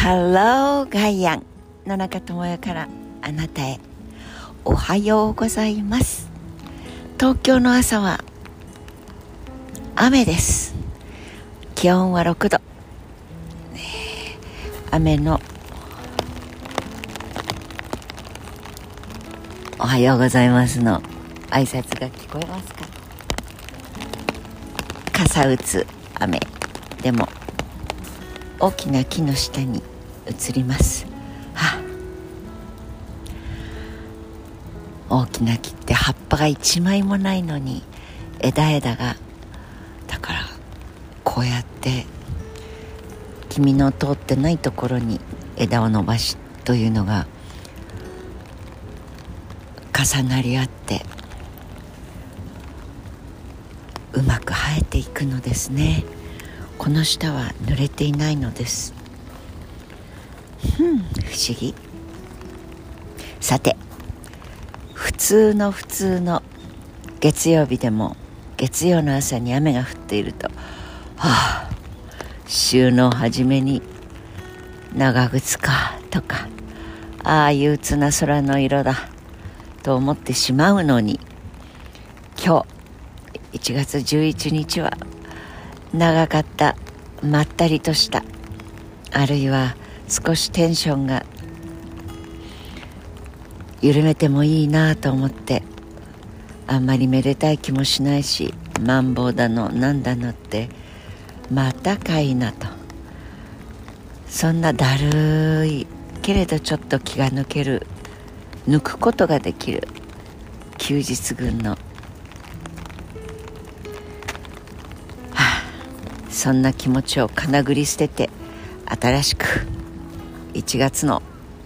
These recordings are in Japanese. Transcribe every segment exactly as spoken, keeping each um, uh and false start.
Hello ガイアン野中智也からあなたへ。おはようございます。東京の朝は雨です。気温はろくど、雨のおはようございますの挨拶が聞こえますか？傘打つ雨でも大きな木の下に移ります。はあ、大きな木って葉っぱが一枚もないのに枝枝がだからこうやって君の通ってないところに枝を伸ばしというのが重なり合ってうまく生えていくのですね。この下は濡れていないのです。ふん、不思議。さて、普通の普通の月曜日でも月曜の朝に雨が降っていると、はあ、週の初めに長靴かとか、ああ憂鬱な空の色だと思ってしまうのに、今日いちがつじゅういちにちは長かったまったりとした、あるいは少しテンションが緩めてもいいなと思って、あんまりめでたい気もしないし、マンボウだのなんだのってまたかいなと、そんなだるいけれどちょっと気が抜ける、抜くことができる休日群の、はあ、そんな気持ちをかなぐり捨てて、新しくいちがつの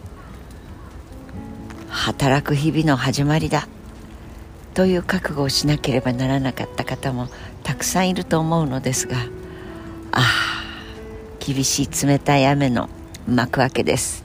働く日々の始まりだという覚悟をしなければならなかった方もたくさんいると思うのですが、ああ厳しい冷たい雨の幕開けです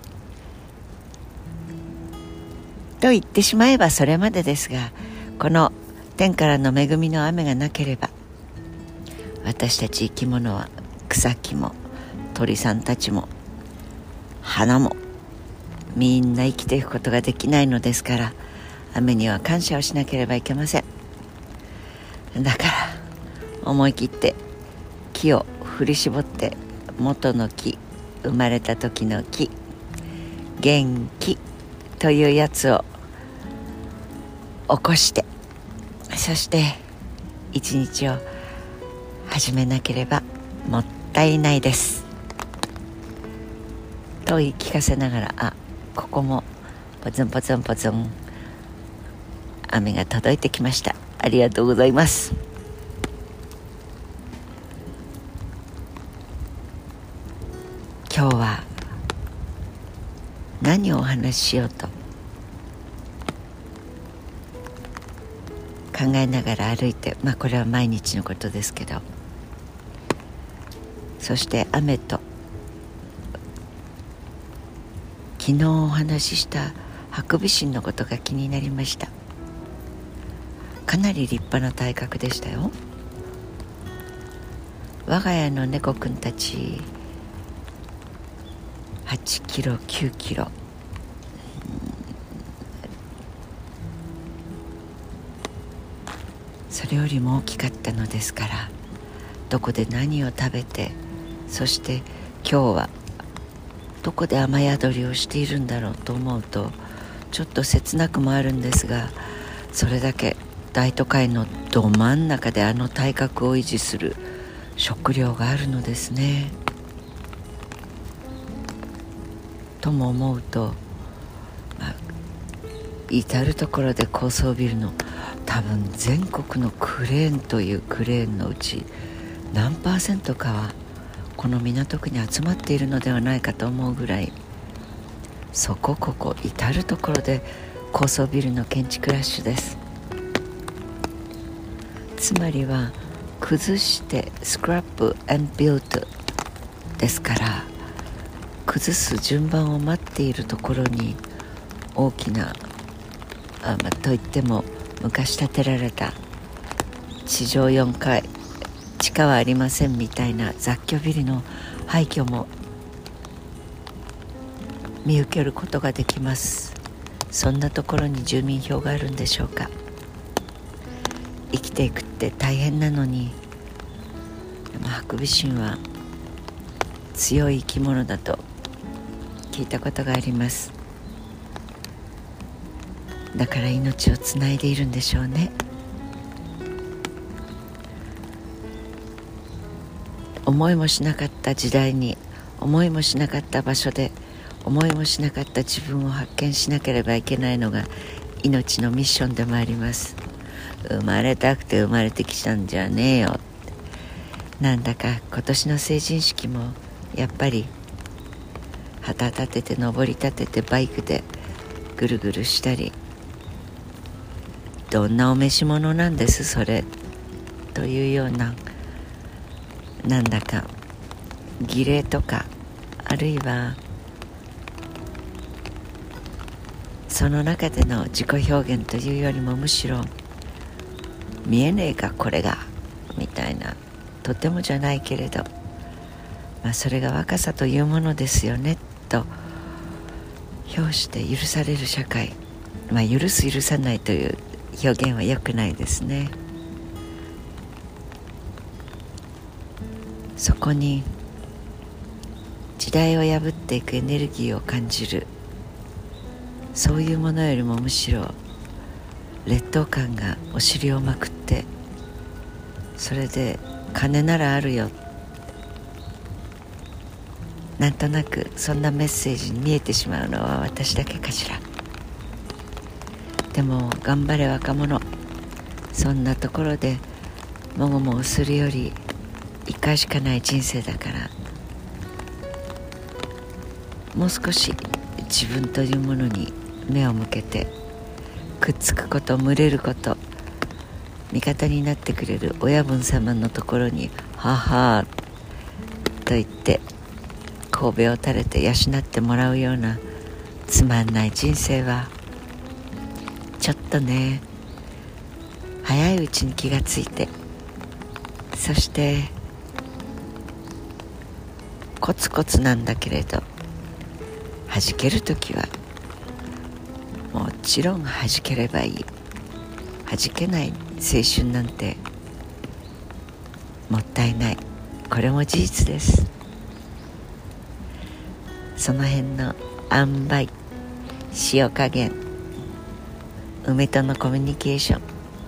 と言ってしまえばそれまでですが、この天からの恵みの雨がなければ、私たち生き物は草木も鳥さんたちも花もみんな生きていくことができないのですから、雨には感謝をしなければいけません。だから思い切って木を振り絞って、元の木、生まれた時の木、元気というやつを起こして、そして一日を始めなければもったいないですと言い聞かせながら、あ、ここもポツンポツンポツン雨が届いてきました。ありがとうございます。今日は何をお話ししようと考えながら歩いて、まあこれは毎日のことですけど、そして雨と昨日お話ししたハクビシンのことが気になりました。かなり立派な体格でしたよ。我が家の猫くんたちはちキロきゅうキロ、それよりも大きかったのですから、どこで何を食べて、そして今日はどこで雨宿りをしているんだろうと思うと、ちょっと切なくもあるんですが、それだけ大都会のど真ん中であの体格を維持する食料があるのですね。とも思うと、まあ、至るところで高層ビルの、多分全国のクレーンというクレーンのうち何パーセントかはこの港区に集まっているのではないかと思うぐらい、そこここ至るところで高層ビルの建築ラッシュです。つまりは崩してスクラップ&ビルドですから、崩す順番を待っているところに大きな、あ、まあ、といっても昔建てられた地上よんかい地下はありませんみたいな雑居ビルの廃墟も見受けることができます。そんなところに住民票があるんでしょうか。生きていくって大変なのに、でもハクビシンは強い生き物だと聞いたことがあります。だから命をつないでいるんでしょうね。思いもしなかった時代に、思いもしなかった場所で、思いもしなかった自分を発見しなければいけないのが命のミッションでもあります。生まれたくて生まれてきたんじゃねえよ。なんだか今年の成人式もやっぱり旗立てて登り立ててバイクでぐるぐるしたり、どんなお召し物なんですそれというような、なんだか儀礼とか、あるいはその中での自己表現というよりも、むしろ見えねえかこれがみたいな、とてもじゃないけれど、まあ、それが若さというものですよねと評して許される社会、まあ、許す許さないという表現は良くないですね。そこに時代を破っていくエネルギーを感じる、そういうものよりもむしろ劣等感がお尻をまくって、それで金ならあるよ、なんとなくそんなメッセージに見えてしまうのは私だけかしら。でも頑張れ若者、そんなところでもごもごするより一回しかない人生だから、もう少し自分というものに目を向けて、くっつくこと、群れること、味方になってくれる親分様のところにははと言って神戸を垂れて養ってもらうようなつまんない人生はちょっとね、早いうちに気がついて、そしてコツコツなんだけれど、弾けるときはもちろん弾ければいい。弾けない青春なんてもったいない。これも事実です。その辺の塩梅、塩加減、梅とのコミュニケーション、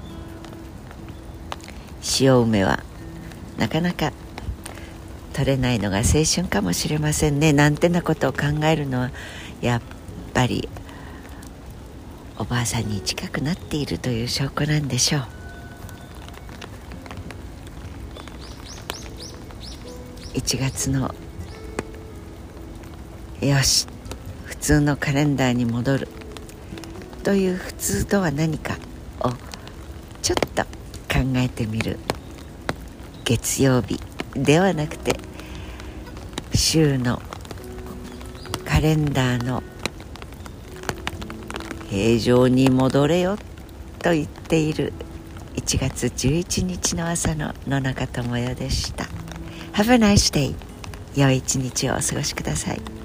塩梅はなかなか取れないのが青春かもしれませんね、なんてなことを考えるのはやっぱりおばあさんに近くなっているという証拠なんでしょう。いちがつのよし普通のカレンダーに戻るという普通とは何かをちょっと考えてみる月曜日ではなくて、週のカレンダーの平常に戻れよと言っているいちがつじゅういちにちの朝の野中智代でした。Have a nice day。良い一日をお過ごしください。